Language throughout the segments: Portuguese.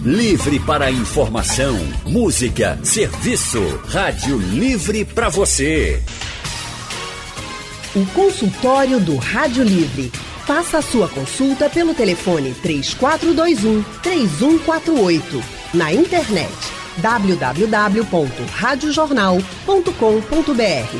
Livre para informação, música, serviço. Rádio Livre para você. O consultório do Rádio Livre. Faça a sua consulta pelo telefone 3421-3148. Na internet www.radiojornal.com.br.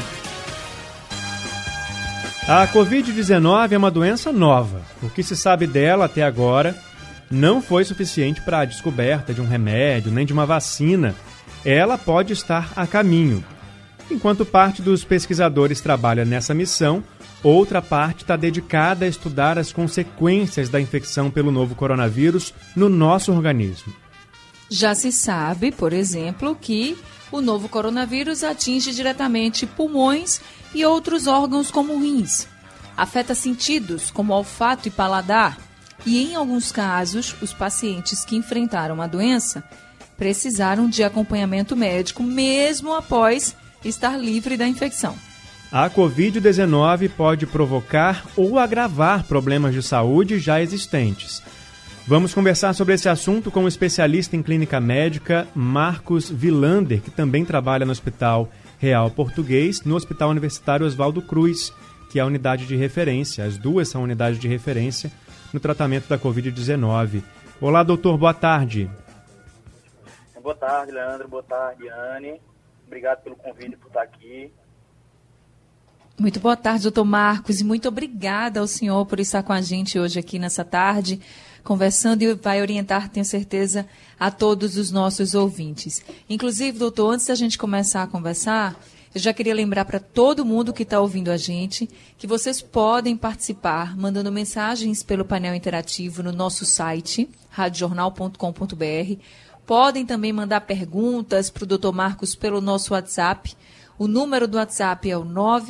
A Covid-19 é uma doença nova. O que se sabe dela até agora não foi suficiente para a descoberta de um remédio nem de uma vacina. Ela pode estar a caminho. Enquanto parte dos pesquisadores trabalha nessa missão, outra parte está dedicada a estudar as consequências da infecção pelo novo coronavírus no nosso organismo. Já se sabe, por exemplo, que o novo coronavírus atinge diretamente pulmões e outros órgãos como rins. Afeta sentidos como olfato e paladar. E, em alguns casos, os pacientes que enfrentaram a doença precisaram de acompanhamento médico mesmo após estar livre da infecção. A Covid-19 pode provocar ou agravar problemas de saúde já existentes. Vamos conversar sobre esse assunto com o especialista em clínica médica Marcos Vilander, que também trabalha no Hospital Real Português, no Hospital Universitário Oswaldo Cruz, que é a unidade de referência. As duas são unidades de referência no tratamento da Covid-19. Olá, doutor, boa tarde. Boa tarde, Leandro. Boa tarde, Anne. Obrigado pelo convite por estar aqui. Muito boa tarde, doutor Marcos, e muito obrigada ao senhor por estar com a gente hoje aqui nessa tarde, conversando, e vai orientar, tenho certeza, a todos os nossos ouvintes. Inclusive, doutor, antes da gente começar a conversar, eu já queria lembrar para todo mundo que está ouvindo a gente que vocês podem participar mandando mensagens pelo painel interativo no nosso site, radiojornal.com.br. Podem também mandar perguntas para o doutor Marcos pelo nosso WhatsApp. O número do WhatsApp é o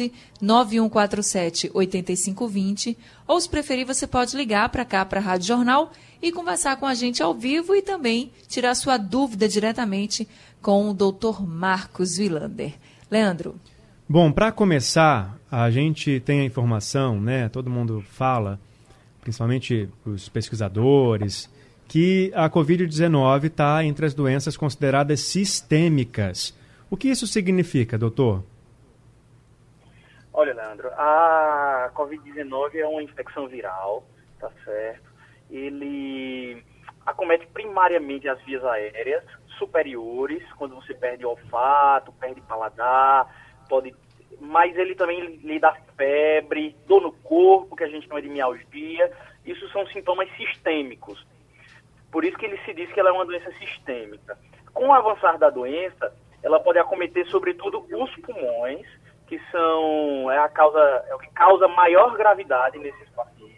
99147-8520. Ou, se preferir, você pode ligar para cá, para a Rádio Jornal, e conversar com a gente ao vivo e também tirar sua dúvida diretamente com o doutor Marcos Vilander. Leandro. Bom, para começar, a gente tem a informação, né? Todo mundo fala, principalmente os pesquisadores, que a Covid-19 está entre as doenças consideradas sistêmicas. O que isso significa, doutor? Olha, Leandro, a Covid-19 é uma infecção viral, tá certo? Ele acomete primariamente as vias aéreas superiores, quando você perde olfato, perde paladar, mas ele também lhe dá febre, dor no corpo, que a gente chama de mialgia. Isso são sintomas sistêmicos. Por isso que ele se diz que ela é uma doença sistêmica. Com o avançar da doença, ela pode acometer, sobretudo, os pulmões, que são o que causa maior gravidade nesses pacientes.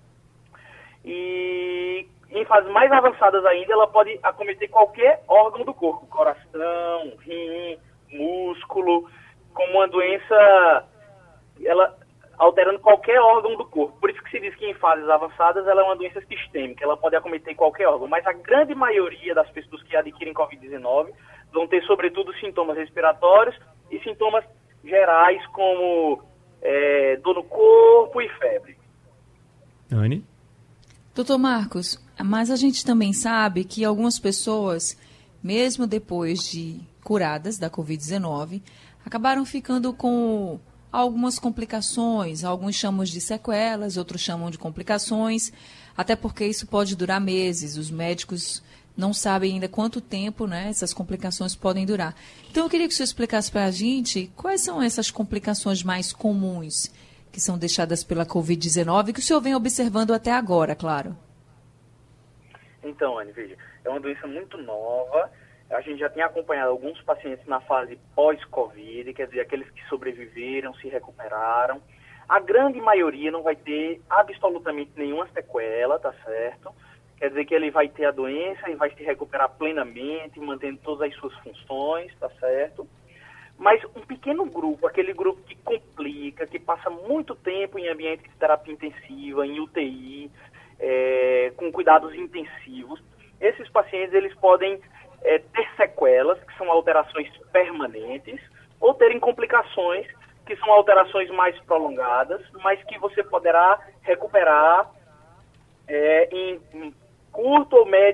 E em fases mais avançadas ainda, ela pode acometer qualquer órgão do corpo, coração, rim, músculo, como uma doença, ela alterando qualquer órgão do corpo. Por isso que se diz que em fases avançadas ela é uma doença sistêmica, ela pode acometer qualquer órgão, mas a grande maioria das pessoas que adquirem Covid-19 vão ter, sobretudo, sintomas respiratórios e sintomas gerais como dor no corpo e febre. Anne? Doutor Marcos, mas a gente também sabe que algumas pessoas, mesmo depois de curadas da Covid-19, acabaram ficando com algumas complicações. Alguns chamam de sequelas, outros chamam de complicações, até porque isso pode durar meses. Os médicos não sabem ainda quanto tempo, né, essas complicações podem durar. Então, eu queria que o senhor explicasse para a gente quais são essas complicações mais comuns que são deixadas pela Covid-19, que o senhor vem observando até agora, claro. Então, Anne, veja, é uma doença muito nova. A gente já tem acompanhado alguns pacientes na fase pós-Covid, quer dizer, aqueles que sobreviveram, se recuperaram. A grande maioria não vai ter absolutamente nenhuma sequela, tá certo? Quer dizer que ele vai ter a doença e vai se recuperar plenamente, mantendo todas as suas funções, tá certo? Mas um pequeno grupo, aquele grupo que complica, que passa muito tempo em ambiente de terapia intensiva, em UTI, com cuidados intensivos, esses pacientes eles podem ter sequelas, que são alterações permanentes, ou terem complicações, que são alterações mais prolongadas, mas que você poderá recuperar em curto ou médio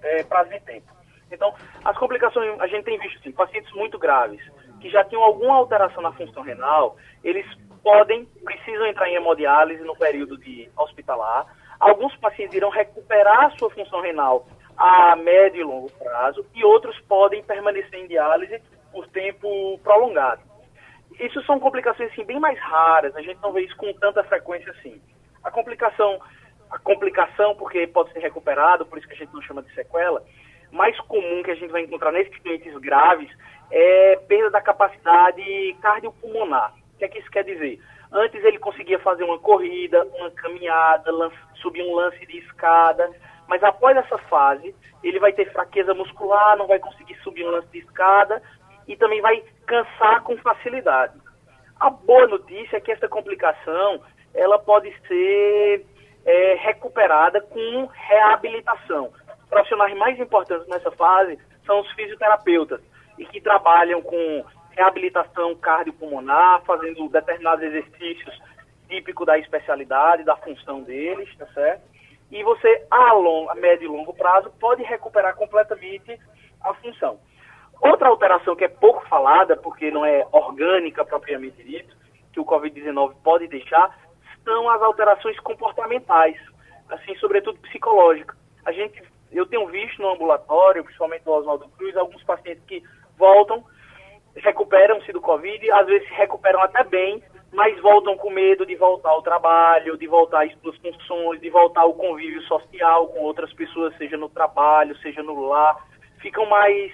prazo de tempo. Então, as complicações, a gente tem visto assim, pacientes muito graves, que já tinham alguma alteração na função renal, eles precisam entrar em hemodiálise no período de hospitalar. Alguns pacientes irão recuperar sua função renal a médio e longo prazo, e outros podem permanecer em diálise por tempo prolongado. Isso são complicações assim, bem mais raras, a gente não vê isso com tanta frequência assim. A complicação, porque pode ser recuperado, por isso que a gente não chama de sequela, mais comum que a gente vai encontrar nesses clientes graves é perda da capacidade cardiopulmonar. O que é que isso quer dizer? Antes ele conseguia fazer uma corrida, uma caminhada, subir um lance de escada, mas após essa fase ele vai ter fraqueza muscular, não vai conseguir subir um lance de escada e também vai cansar com facilidade. A boa notícia é que essa complicação ela pode ser recuperada com reabilitação. Os profissionais mais importantes nessa fase são os fisioterapeutas, e que trabalham com reabilitação cardiopulmonar, fazendo determinados exercícios típicos da especialidade, da função deles, tá certo? E você, a médio e longo prazo, pode recuperar completamente a função. Outra alteração que é pouco falada, porque não é orgânica propriamente dito, que o Covid-19 pode deixar, são as alterações comportamentais, assim, sobretudo psicológicas. Eu tenho visto no ambulatório, principalmente do Oswaldo Cruz, alguns pacientes que voltam, recuperam-se do Covid, às vezes se recuperam até bem, mas voltam com medo de voltar ao trabalho, de voltar às suas funções, de voltar ao convívio social com outras pessoas, seja no trabalho, seja no lar. Ficam mais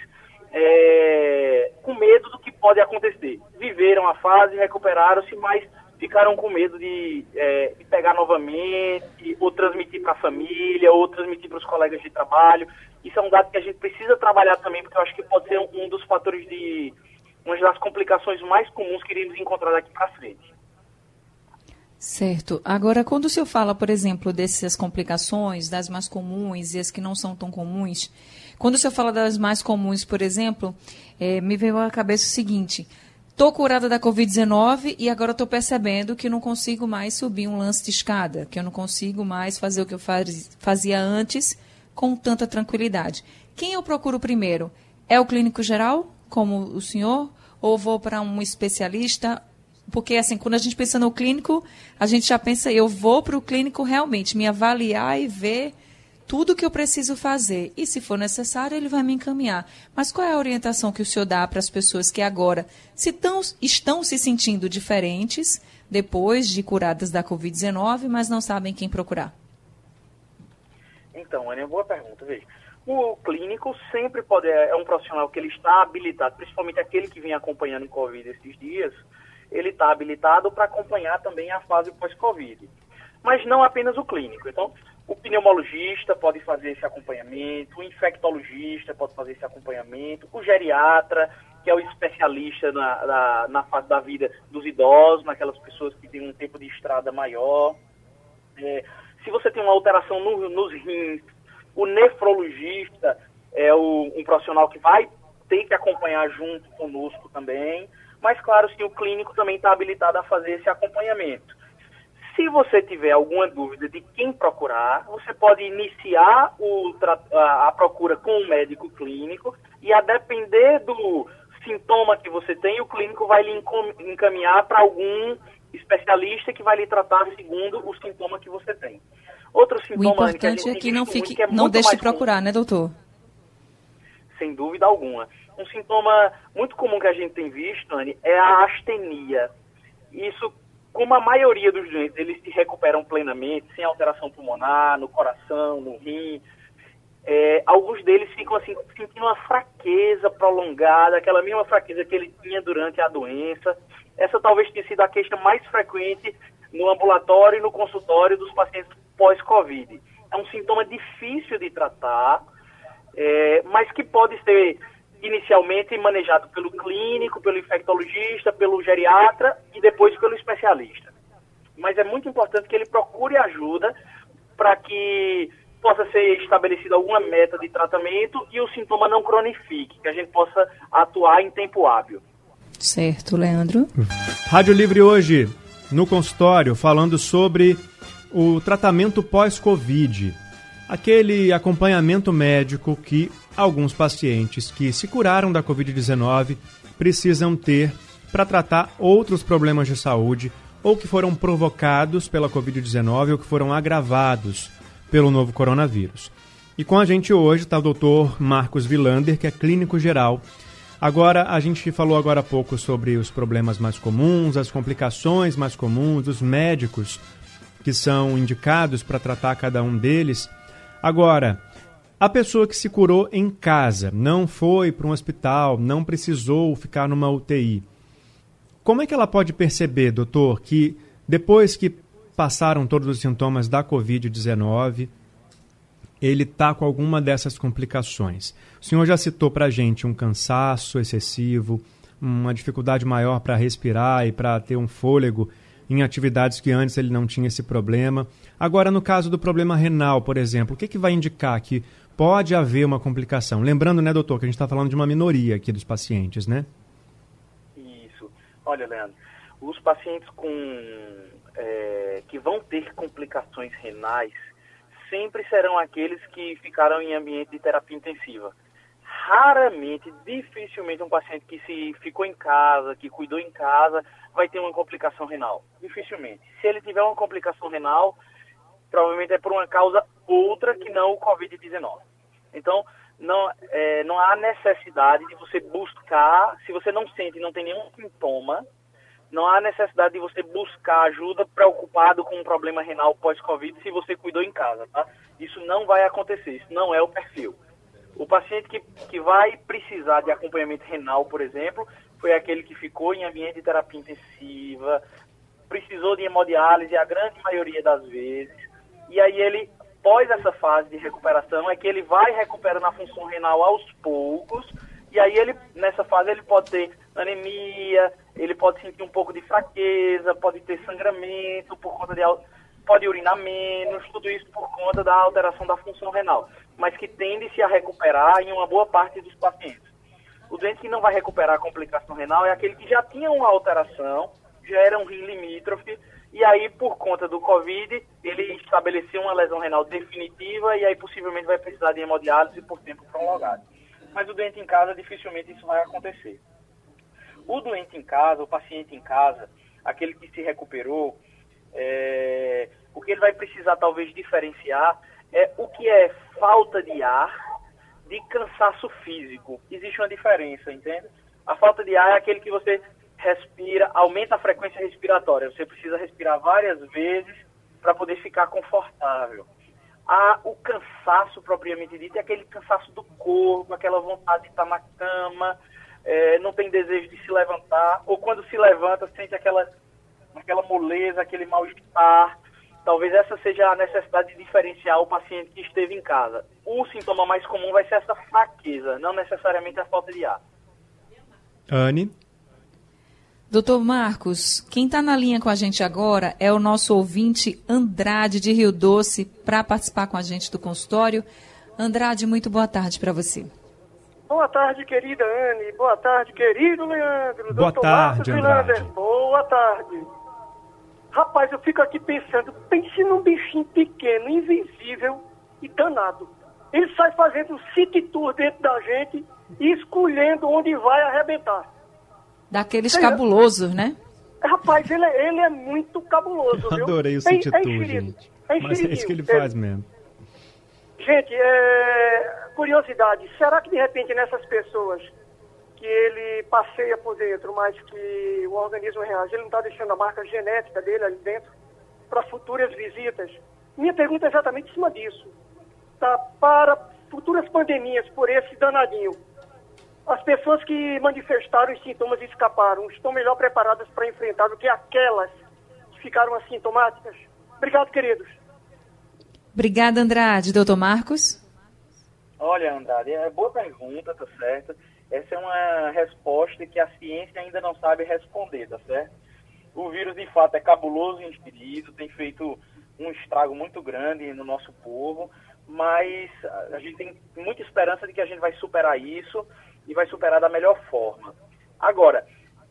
com medo do que pode acontecer. Viveram a fase, recuperaram-se, mas ficaram com medo de pegar novamente, ou transmitir para a família, ou transmitir para os colegas de trabalho. Isso é um dado que a gente precisa trabalhar também, porque eu acho que pode ser um dos fatores uma das complicações mais comuns que iremos encontrar daqui para frente. Certo. Agora, quando o senhor fala, por exemplo, dessas complicações, das mais comuns e as que não são tão comuns, quando o senhor fala das mais comuns, por exemplo, me veio à cabeça o seguinte: estou curada da Covid-19 e agora estou percebendo que não consigo mais subir um lance de escada, que eu não consigo mais fazer o que eu fazia antes com tanta tranquilidade. Quem eu procuro primeiro? É o clínico geral, como o senhor, ou vou para um especialista? Porque, assim, quando a gente pensa no clínico, a gente já pensa, eu vou para o clínico realmente me avaliar e ver tudo o que eu preciso fazer. E, se for necessário, ele vai me encaminhar. Mas qual é a orientação que o senhor dá para as pessoas que agora estão se sentindo diferentes, depois de curadas da Covid-19, mas não sabem quem procurar? Então, Ana, boa pergunta. Veja, o clínico sempre é um profissional que ele está habilitado, principalmente aquele que vem acompanhando o Covid esses dias, ele está habilitado para acompanhar também a fase pós-Covid. Mas não apenas o clínico. Então, o pneumologista pode fazer esse acompanhamento, o infectologista pode fazer esse acompanhamento, o geriatra, que é o especialista na fase da vida dos idosos, naquelas pessoas que têm um tempo de estrada maior. Se você tem uma alteração nos rins, o nefrologista é um profissional que vai ter que acompanhar junto conosco também. Mas, claro, sim, o clínico também está habilitado a fazer esse acompanhamento. Se você tiver alguma dúvida de quem procurar, você pode iniciar a procura com o médico clínico e, a depender do sintoma que você tem, o clínico vai lhe encaminhar para algum especialista que vai lhe tratar segundo o sintoma que você tem. Outro sintoma, o importante é que não deixe de procurar, né, doutor? Sem dúvida alguma. Um sintoma muito comum que a gente tem visto, Anny, é a astenia. Isso, como a maioria dos doentes, eles se recuperam plenamente, sem alteração pulmonar, no coração, no rim. Alguns deles ficam assim, sentindo uma fraqueza prolongada, aquela mesma fraqueza que ele tinha durante a doença. Essa talvez tenha sido a queixa mais frequente no ambulatório e no consultório dos pacientes pós-Covid. É um sintoma difícil de tratar, mas que pode ser inicialmente manejado pelo clínico, pelo infectologista, pelo geriatra e depois pelo especialista. Mas é muito importante que ele procure ajuda para que possa ser estabelecida alguma meta de tratamento e o sintoma não cronifique, que a gente possa atuar em tempo hábil. Certo, Leandro. Rádio Livre hoje, no consultório, falando sobre o tratamento pós-Covid. aquele acompanhamento médico que alguns pacientes que se curaram da Covid-19 precisam ter para tratar outros problemas de saúde ou que foram provocados pela Covid-19 ou que foram agravados pelo novo coronavírus. E com a gente hoje está o Dr. Marcos Vilander, que é clínico geral. Agora, a gente falou agora há pouco sobre os problemas mais comuns, as complicações mais comuns, os médicos que são indicados para tratar cada um deles. Agora, a pessoa que se curou em casa, não foi para um hospital, não precisou ficar numa UTI, como é que ela pode perceber, doutor, que depois que passaram todos os sintomas da Covid-19, ele está com alguma dessas complicações? O senhor já citou para a gente um cansaço excessivo, uma dificuldade maior para respirar e para ter um fôlego em atividades que antes ele não tinha esse problema. Agora, no caso do problema renal, por exemplo, o que vai indicar que pode haver uma complicação? Lembrando, né, doutor, que a gente está falando de uma minoria aqui dos pacientes, né? Isso. Olha, Leandro, os pacientes que vão ter complicações renais sempre serão aqueles que ficaram em ambiente de terapia intensiva. Raramente, dificilmente, um paciente que se ficou em casa, que cuidou em casa, vai ter uma complicação renal. Dificilmente. Se ele tiver uma complicação renal, provavelmente é por uma causa outra que não o Covid-19. Então, não há necessidade de você buscar, se você não sente, não tem nenhum sintoma, não há necessidade de você buscar ajuda preocupado com um problema renal pós-Covid se você cuidou em casa, tá? Isso não vai acontecer, isso não é o perfil. O paciente que vai precisar de acompanhamento renal, por exemplo, foi aquele que ficou em ambiente de terapia intensiva, precisou de hemodiálise a grande maioria das vezes, e aí ele, após essa fase de recuperação, é que ele vai recuperando a função renal aos poucos, e aí nessa fase ele pode ter anemia, ele pode sentir um pouco de fraqueza, pode ter sangramento por conta pode urinar menos, tudo isso por conta da alteração da função renal, mas que tende-se a recuperar em uma boa parte dos pacientes. O doente que não vai recuperar a complicação renal é aquele que já tinha uma alteração, já era um rim limítrofe, e aí por conta do Covid, ele estabeleceu uma lesão renal definitiva e aí possivelmente vai precisar de hemodiálise por tempo prolongado. Mas o doente em casa, dificilmente isso vai acontecer. O doente em casa, o paciente em casa, aquele que se recuperou, o que ele vai precisar talvez diferenciar é o que é falta de ar de cansaço físico. Existe uma diferença, entende? A falta de ar é aquele que você respira, aumenta a frequência respiratória. Você precisa respirar várias vezes para poder ficar confortável. O cansaço propriamente dito é aquele cansaço do corpo, aquela vontade de estar na cama, não tem desejo de se levantar, ou quando se levanta sente aquela moleza, aquele mal-estar. Talvez essa seja a necessidade de diferenciar o paciente que esteve em casa. O sintoma mais comum vai ser essa fraqueza, não necessariamente a falta de ar. Anne? Doutor Marcos, quem está na linha com a gente agora é o nosso ouvinte Andrade de Rio Doce para participar com a gente do consultório. Andrade, muito boa tarde para você. Boa tarde, querida Anne. Boa tarde, querido Leandro. Boa tarde, Andrade. Boa tarde. Rapaz, eu fico aqui pensando, pense num bichinho pequeno, invisível e danado. Ele sai fazendo um city tour dentro da gente e escolhendo onde vai arrebentar. Daqueles cabulosos, né? Rapaz, ele é muito cabuloso, viu? Adorei o city tour, gente. Mas é isso que ele faz mesmo. Gente, curiosidade, será que de repente nessas pessoas que ele passeia por dentro, mas que o organismo reage, ele não está deixando a marca genética dele ali dentro para futuras visitas? Minha pergunta é exatamente em cima disso. Tá? Para futuras pandemias por esse danadinho, as pessoas que manifestaram os sintomas e escaparam estão melhor preparadas para enfrentar do que aquelas que ficaram assintomáticas? Obrigado, queridos. Obrigada, Andrade. Doutor Marcos? Olha, Andrade, boa pergunta, tá certo? Essa é uma resposta que a ciência ainda não sabe responder, tá certo? O vírus, de fato, é cabuloso e ingerido, tem feito um estrago muito grande no nosso povo, mas a gente tem muita esperança de que a gente vai superar isso e vai superar da melhor forma. Agora,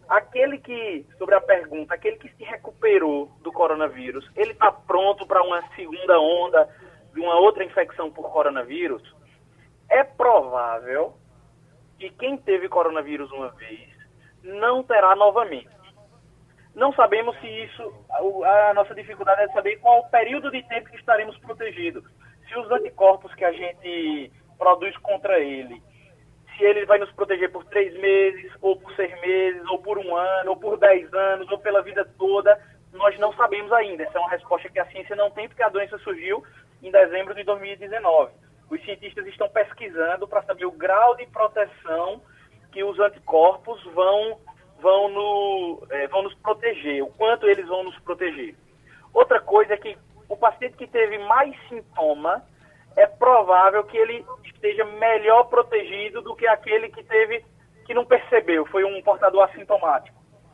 sobre a pergunta, aquele que se recuperou do coronavírus, ele está pronto para uma segunda onda de uma outra infecção por coronavírus, é provável que quem teve coronavírus uma vez não terá novamente. Não sabemos se isso, a nossa dificuldade é saber qual o período de tempo que estaremos protegidos. Se os anticorpos que a gente produz contra ele, se ele vai nos proteger por 3 meses, ou por 6 meses, ou por 1 ano, ou por 10 anos, ou pela vida toda, nós não sabemos ainda. Essa é uma resposta que a ciência não tem, porque a doença surgiu em dezembro de 2019. Os cientistas estão pesquisando para saber o grau de proteção que os anticorpos vão nos proteger, o quanto eles vão nos proteger. Outra coisa é que o paciente que teve mais sintoma, é provável que ele esteja melhor protegido do que aquele que não percebeu, foi um portador assintomático.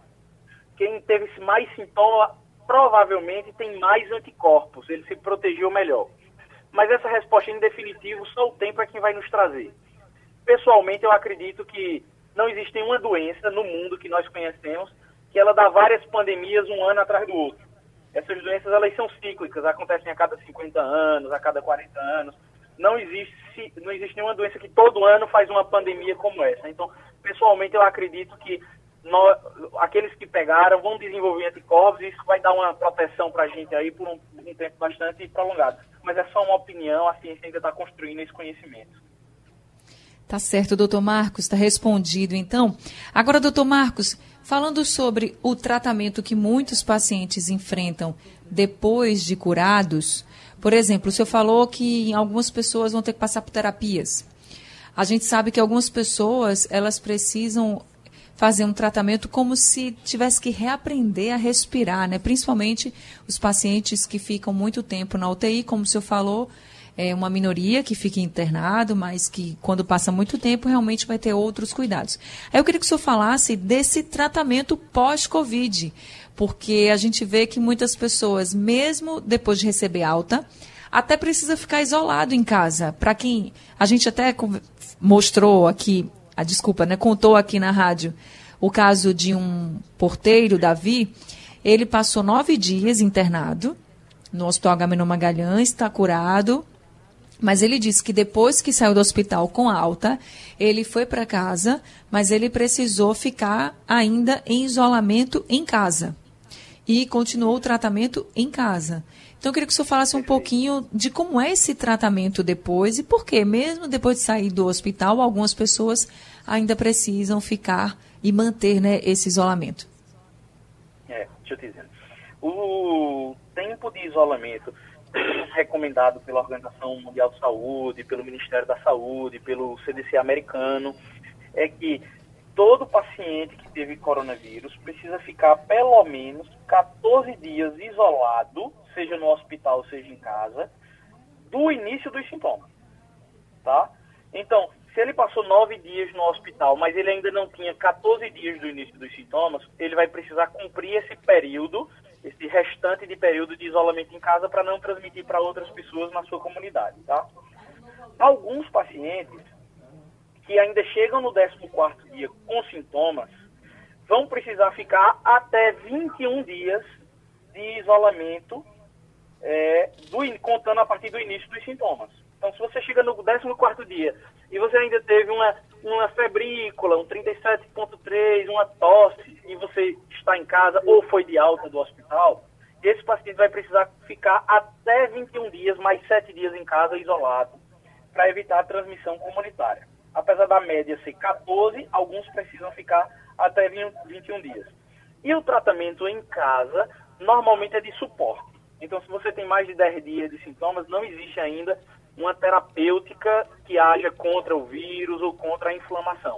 Quem teve mais sintoma, provavelmente tem mais anticorpos, ele se protegeu melhor. Mas essa resposta em definitivo, só o tempo é quem vai nos trazer. Pessoalmente, eu acredito que não existe nenhuma doença no mundo que nós conhecemos que ela dá várias pandemias um ano atrás do outro. Essas doenças, elas são cíclicas, acontecem a cada 50 anos, a cada 40 anos. Não existe nenhuma doença que todo ano faz uma pandemia como essa. Então, pessoalmente, eu acredito que aqueles que pegaram vão desenvolver anticorpos e isso vai dar uma proteção para a gente aí por um tempo bastante prolongado. Mas é só uma opinião, a ciência ainda está construindo esse conhecimento. Tá certo, doutor Marcos, está respondido então. Agora, doutor Marcos, falando sobre o tratamento que muitos pacientes enfrentam depois de curados, por exemplo, o senhor falou que algumas pessoas vão ter que passar por terapias. A gente sabe que algumas pessoas, elas precisam fazer um tratamento como se tivesse que reaprender a respirar, né? Principalmente os pacientes que ficam muito tempo na UTI, como o senhor falou, é uma minoria que fica internado, mas que quando passa muito tempo realmente vai ter outros cuidados. Aí eu queria que o senhor falasse desse tratamento pós-Covid, porque a gente vê que muitas pessoas, mesmo depois de receber alta, até precisa ficar isolado em casa. Para quem a gente até mostrou aqui, contou aqui na rádio o caso de um porteiro, Davi, ele passou 9 dias internado no Hospital Agamenon Magalhães, está curado, mas ele disse que depois que saiu do hospital com alta, ele foi para casa, mas ele precisou ficar ainda em isolamento em casa e continuou o tratamento em casa. Então, eu queria que o senhor falasse um pouquinho de como é esse tratamento depois e por que, mesmo depois de sair do hospital, algumas pessoas ainda precisam ficar e manter, né, esse isolamento. Deixa eu te dizer. O tempo de isolamento recomendado pela Organização Mundial de Saúde, pelo Ministério da Saúde, pelo CDC americano, é que todo paciente que teve coronavírus precisa ficar pelo menos 14 dias isolado, seja no hospital, seja em casa, do início dos sintomas, tá? Então, se ele passou 9 dias no hospital, mas ele ainda não tinha 14 dias do início dos sintomas, ele vai precisar cumprir esse período, esse restante de período de isolamento em casa para não transmitir para outras pessoas na sua comunidade, tá? Alguns pacientes que ainda chegam no 14º dia com sintomas vão precisar ficar até 21 dias de isolamento, contando a partir do início dos sintomas. Então, se você chega no 14º dia e você ainda teve uma febrícula, um 37,3, uma tosse, e você está em casa ou foi de alta do hospital, esse paciente vai precisar ficar até 21 dias, mais 7 dias em casa, isolado, para evitar a transmissão comunitária. Apesar da média ser 14, alguns precisam ficar até 21 dias. E o tratamento em casa, normalmente é de suporte. Então, se você tem mais de 10 dias de sintomas, não existe ainda uma terapêutica que haja contra o vírus ou contra a inflamação.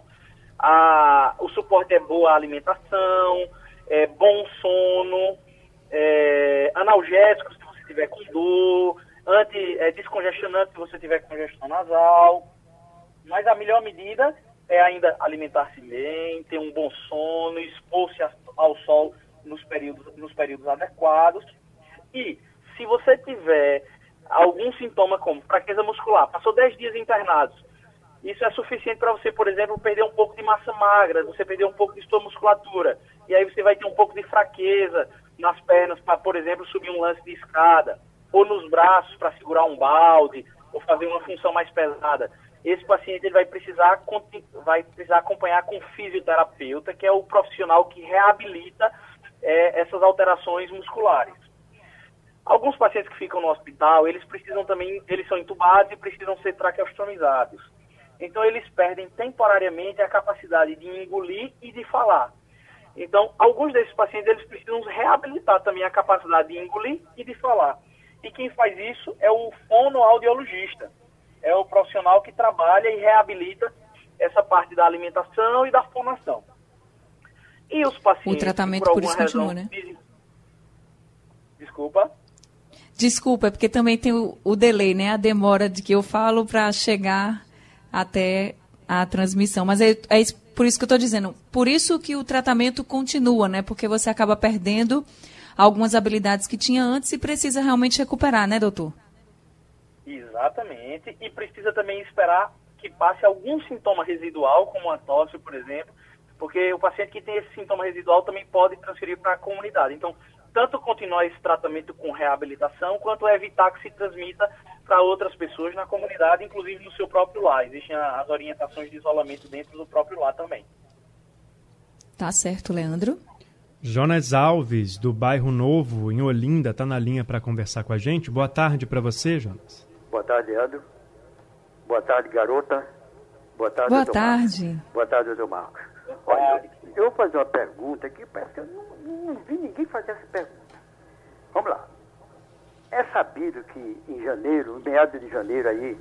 O suporte é boa alimentação, bom sono, analgésicos se você tiver com dor, descongestionante se você tiver congestão nasal. Mas a melhor medida é ainda alimentar-se bem, ter um bom sono, expor-se ao sol nos períodos adequados. E se você tiver algum sintoma como fraqueza muscular, passou 10 dias internados, isso é suficiente para você, por exemplo, perder um pouco de massa magra, você perder um pouco de sua musculatura, e aí você vai ter um pouco de fraqueza nas pernas para, por exemplo, subir um lance de escada, pôr nos braços para segurar um balde ou fazer uma função mais pesada. Esse paciente ele vai precisar acompanhar com um fisioterapeuta, que é o profissional que reabilita essas alterações musculares. Alguns pacientes que ficam no hospital, eles são entubados e precisam ser traqueostomizados. Então, eles perdem temporariamente a capacidade de engolir e de falar. Então, alguns desses pacientes, eles precisam reabilitar também a capacidade de engolir e de falar. E quem faz isso é o fonoaudiologista. É o profissional que trabalha e reabilita essa parte da alimentação e da fonação. E os pacientes... O tratamento por isso continua, né? Desculpa, é porque também tem o delay, né? A demora de que eu falo para chegar até a transmissão. Mas é por isso que eu estou dizendo. Por isso que o tratamento continua, né? Porque você acaba perdendo algumas habilidades que tinha antes e precisa realmente recuperar, né, doutor? Exatamente. E precisa também esperar que passe algum sintoma residual, como a tosse, por exemplo, porque o paciente que tem esse sintoma residual também pode transferir para a comunidade. Então, tanto continuar esse tratamento com reabilitação, quanto evitar que se transmita para outras pessoas na comunidade, inclusive no seu próprio lar. Existem as orientações de isolamento dentro do próprio lar também. Tá certo, Leandro. Jonas Alves, do Bairro Novo, em Olinda, está na linha para conversar com a gente. Boa tarde para você, Jonas. Boa tarde, Leandro. Boa tarde, garota. Boa tarde, Boa doutor tarde. Marcos. Boa tarde, doutor Marcos. Olha, eu vou fazer uma pergunta que parece que eu não vi ninguém fazer essa pergunta. Vamos lá. É sabido que em janeiro, em meados de janeiro aí,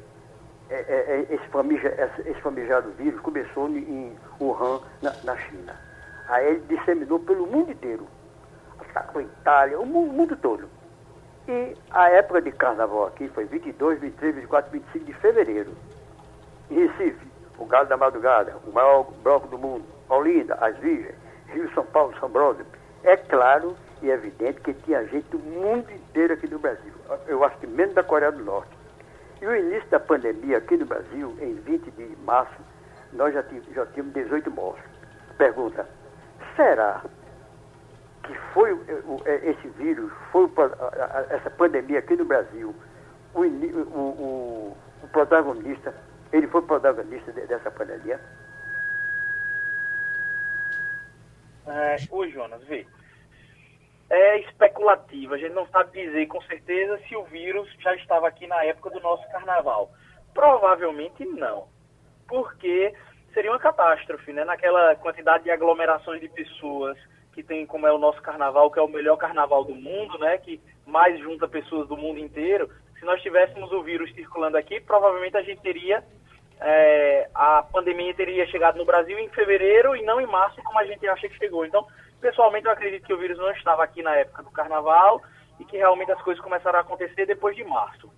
esse famigerado vírus começou em Wuhan, na China. Aí ele disseminou pelo mundo inteiro. Atacou a Itália, o mundo todo. E a época de carnaval aqui foi 22, 23, 24, 25 de fevereiro. Em Recife, o Galo da Madrugada, o maior bloco do mundo, Olinda, As Virgens, Rio, São Paulo, São Brother. É claro e evidente que tinha gente do mundo inteiro aqui no Brasil. Eu acho que menos da Coreia do Norte. E o início da pandemia aqui no Brasil, em 20 de março, nós já tínhamos 18 mortos. Pergunta, será que foi esse vírus, essa pandemia aqui no Brasil, o protagonista, ele foi protagonista dessa pandemia? Ô Jonas, vê, é especulativo, a gente não sabe dizer com certeza se o vírus já estava aqui na época do nosso carnaval. Provavelmente não, porque seria uma catástrofe, né? Naquela quantidade de aglomerações de pessoas que tem, como é o nosso carnaval, que é o melhor carnaval do mundo, né? Que mais junta pessoas do mundo inteiro. Se nós tivéssemos o vírus circulando aqui, provavelmente a gente teria... a pandemia teria chegado no Brasil em fevereiro e não em março, como a gente acha que chegou. Então, pessoalmente, eu acredito que o vírus não estava aqui na época do carnaval e que realmente as coisas começaram a acontecer depois de março.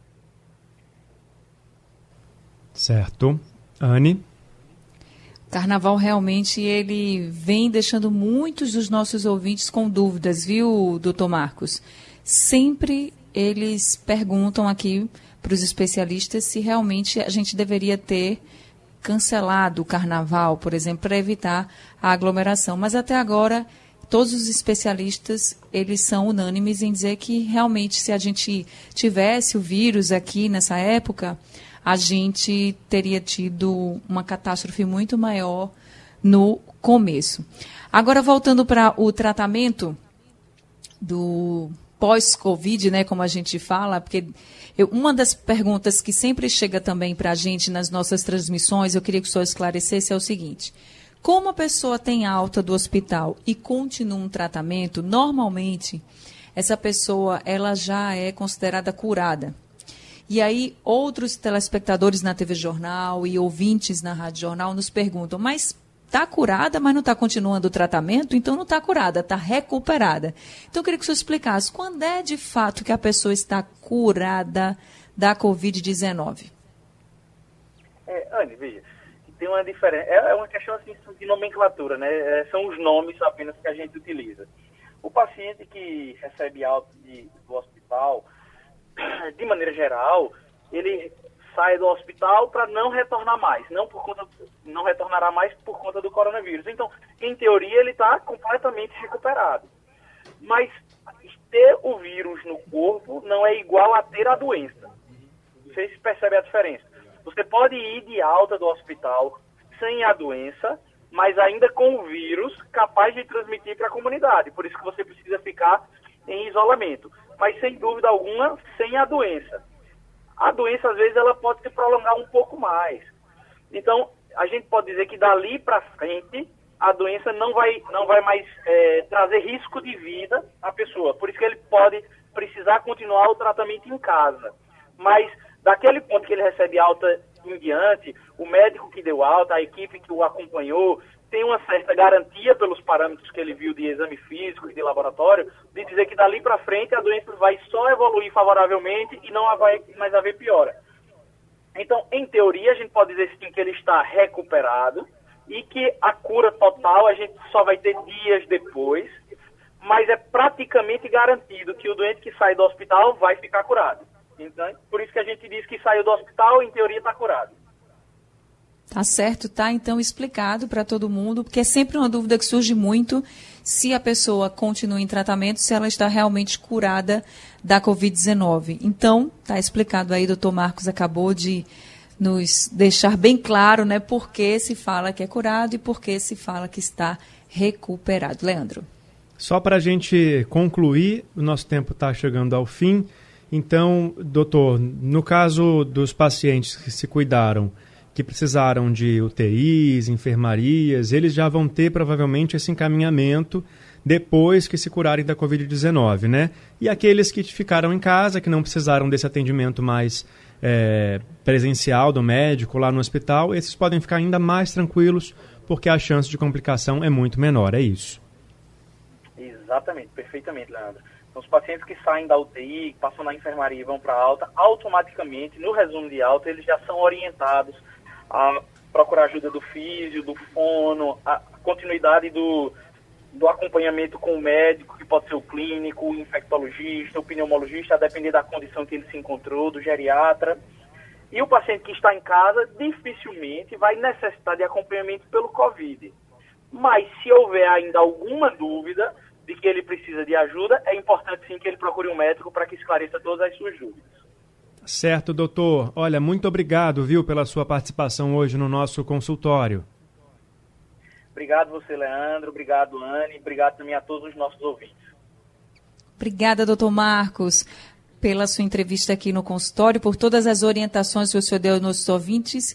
Certo. Anne? Carnaval realmente ele vem deixando muitos dos nossos ouvintes com dúvidas, viu, doutor Marcos? Sempre eles perguntam aqui para os especialistas se realmente a gente deveria ter cancelado o carnaval, por exemplo, para evitar a aglomeração. Mas até agora, todos os especialistas, eles são unânimes em dizer que realmente se a gente tivesse o vírus aqui nessa época, a gente teria tido uma catástrofe muito maior no começo. Agora, voltando para o tratamento do pós-Covid, né, como a gente fala, porque uma das perguntas que sempre chega também para a gente nas nossas transmissões, eu queria que o senhor esclarecesse, é o seguinte: como a pessoa tem alta do hospital e continua um tratamento, normalmente essa pessoa ela já é considerada curada. E aí outros telespectadores na TV Jornal e ouvintes na Rádio Jornal nos perguntam, mas está curada, mas não está continuando o tratamento? Então não está curada, está recuperada. Então eu queria que o senhor explicasse, quando é de fato que a pessoa está curada da Covid-19? Anne, veja, tem uma diferença, é uma questão assim, de nomenclatura, né? São os nomes apenas que a gente utiliza. O paciente que recebe alta do hospital, de maneira geral, ele sai do hospital para não retornar mais, não retornará mais por conta do coronavírus. Então, em teoria, ele está completamente recuperado. Mas ter o vírus no corpo não é igual a ter a doença. Vocês percebem a diferença? Você pode ir de alta do hospital sem a doença, mas ainda com o vírus capaz de transmitir para a comunidade. Por isso que você precisa ficar em isolamento. Mas, sem dúvida alguma, sem a doença. A doença, às vezes, ela pode se prolongar um pouco mais. Então, a gente pode dizer que dali para frente, a doença não vai mais trazer risco de vida à pessoa. Por isso que ele pode precisar continuar o tratamento em casa. Mas, daquele ponto que ele recebe alta em diante, o médico que deu alta, a equipe que o acompanhou, tem uma certa garantia pelos parâmetros que ele viu de exame físico e de laboratório, de dizer que dali para frente a doença vai só evoluir favoravelmente e não vai mais haver piora. Então, em teoria, a gente pode dizer sim que ele está recuperado e que a cura total a gente só vai ter dias depois, mas é praticamente garantido que o doente que sai do hospital vai ficar curado. Então, por isso que a gente diz que saiu do hospital, em teoria está curado. Tá certo, tá então explicado para todo mundo, porque é sempre uma dúvida que surge muito se a pessoa continua em tratamento, se ela está realmente curada da Covid-19. Então, tá explicado aí, doutor Marcos acabou de nos deixar bem claro, né, por que se fala que é curado e por que se fala que está recuperado. Leandro. Só para a gente concluir, o nosso tempo está chegando ao fim. Então, doutor, no caso dos pacientes que se cuidaram, que precisaram de UTIs, enfermarias, eles já vão ter provavelmente esse encaminhamento depois que se curarem da Covid-19, né? E aqueles que ficaram em casa, que não precisaram desse atendimento mais presencial do médico lá no hospital, esses podem ficar ainda mais tranquilos, porque a chance de complicação é muito menor, é isso? Exatamente, perfeitamente, Leandro. Então, os pacientes que saem da UTI, passam na enfermaria e vão para a alta, automaticamente, no resumo de alta, eles já são orientados a procurar ajuda do físio, do fono, a continuidade do acompanhamento com o médico, que pode ser o clínico, o infectologista, o pneumologista, a depender da condição que ele se encontrou, do geriatra. E o paciente que está em casa dificilmente vai necessitar de acompanhamento pelo Covid. Mas se houver ainda alguma dúvida de que ele precisa de ajuda, é importante sim que ele procure um médico para que esclareça todas as suas dúvidas. Certo, doutor. Olha, muito obrigado, viu, pela sua participação hoje no nosso consultório. Obrigado você, Leandro. Obrigado, Anne. Obrigado também a todos os nossos ouvintes. Obrigada, doutor Marcos, pela sua entrevista aqui no consultório, por todas as orientações que o senhor deu aos nossos ouvintes,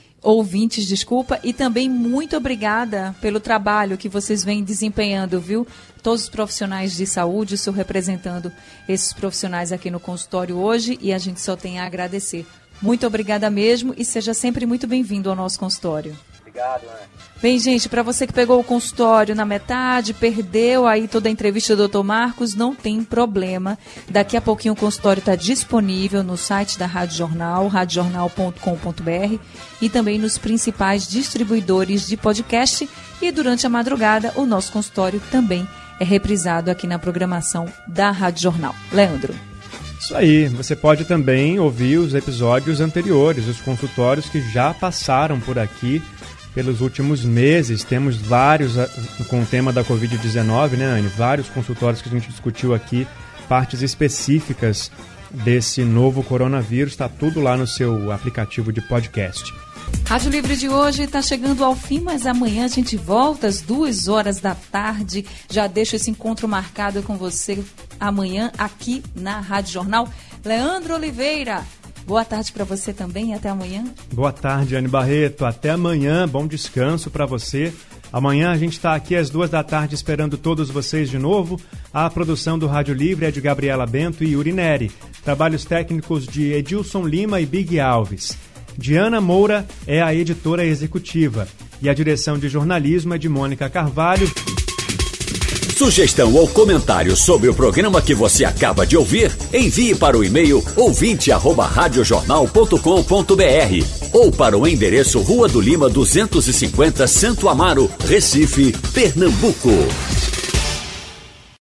e também muito obrigada pelo trabalho que vocês vêm desempenhando, viu? Todos os profissionais de saúde, o senhor representando esses profissionais aqui no consultório hoje, e a gente só tem a agradecer. Muito obrigada mesmo e seja sempre muito bem-vindo ao nosso consultório. Obrigado, Ana. Bem, gente, para você que pegou o consultório na metade, perdeu aí toda a entrevista do Dr. Marcos, não tem problema. Daqui a pouquinho o consultório está disponível no site da Rádio Jornal, radiojornal.com.br, e também nos principais distribuidores de podcast. E durante a madrugada, o nosso consultório também é reprisado aqui na programação da Rádio Jornal. Leandro. Isso aí, você pode também ouvir os episódios anteriores, os consultórios que já passaram por aqui pelos últimos meses. Temos vários com o tema da Covid-19, né, Anne? Vários consultórios que a gente discutiu aqui, partes específicas desse novo coronavírus. Está tudo lá no seu aplicativo de podcast. Rádio Livre de hoje está chegando ao fim, mas amanhã a gente volta às 2h da tarde. Já deixo esse encontro marcado com você amanhã aqui na Rádio Jornal. Leandro Oliveira, boa tarde para você também e até amanhã. Boa tarde, Anne Barreto. Até amanhã, bom descanso para você. Amanhã a gente está aqui às 2h esperando todos vocês de novo. A produção do Rádio Livre é de Gabriela Bento e Yuri Neri. Trabalhos técnicos de Edilson Lima e Big Alves. Diana Moura é a editora executiva e a direção de jornalismo é de Mônica Carvalho. Sugestão ou comentário sobre o programa que você acaba de ouvir, envie para o e-mail ouvinte@radiojornal.com.br ou para o endereço Rua do Lima 250, Santo Amaro, Recife, Pernambuco.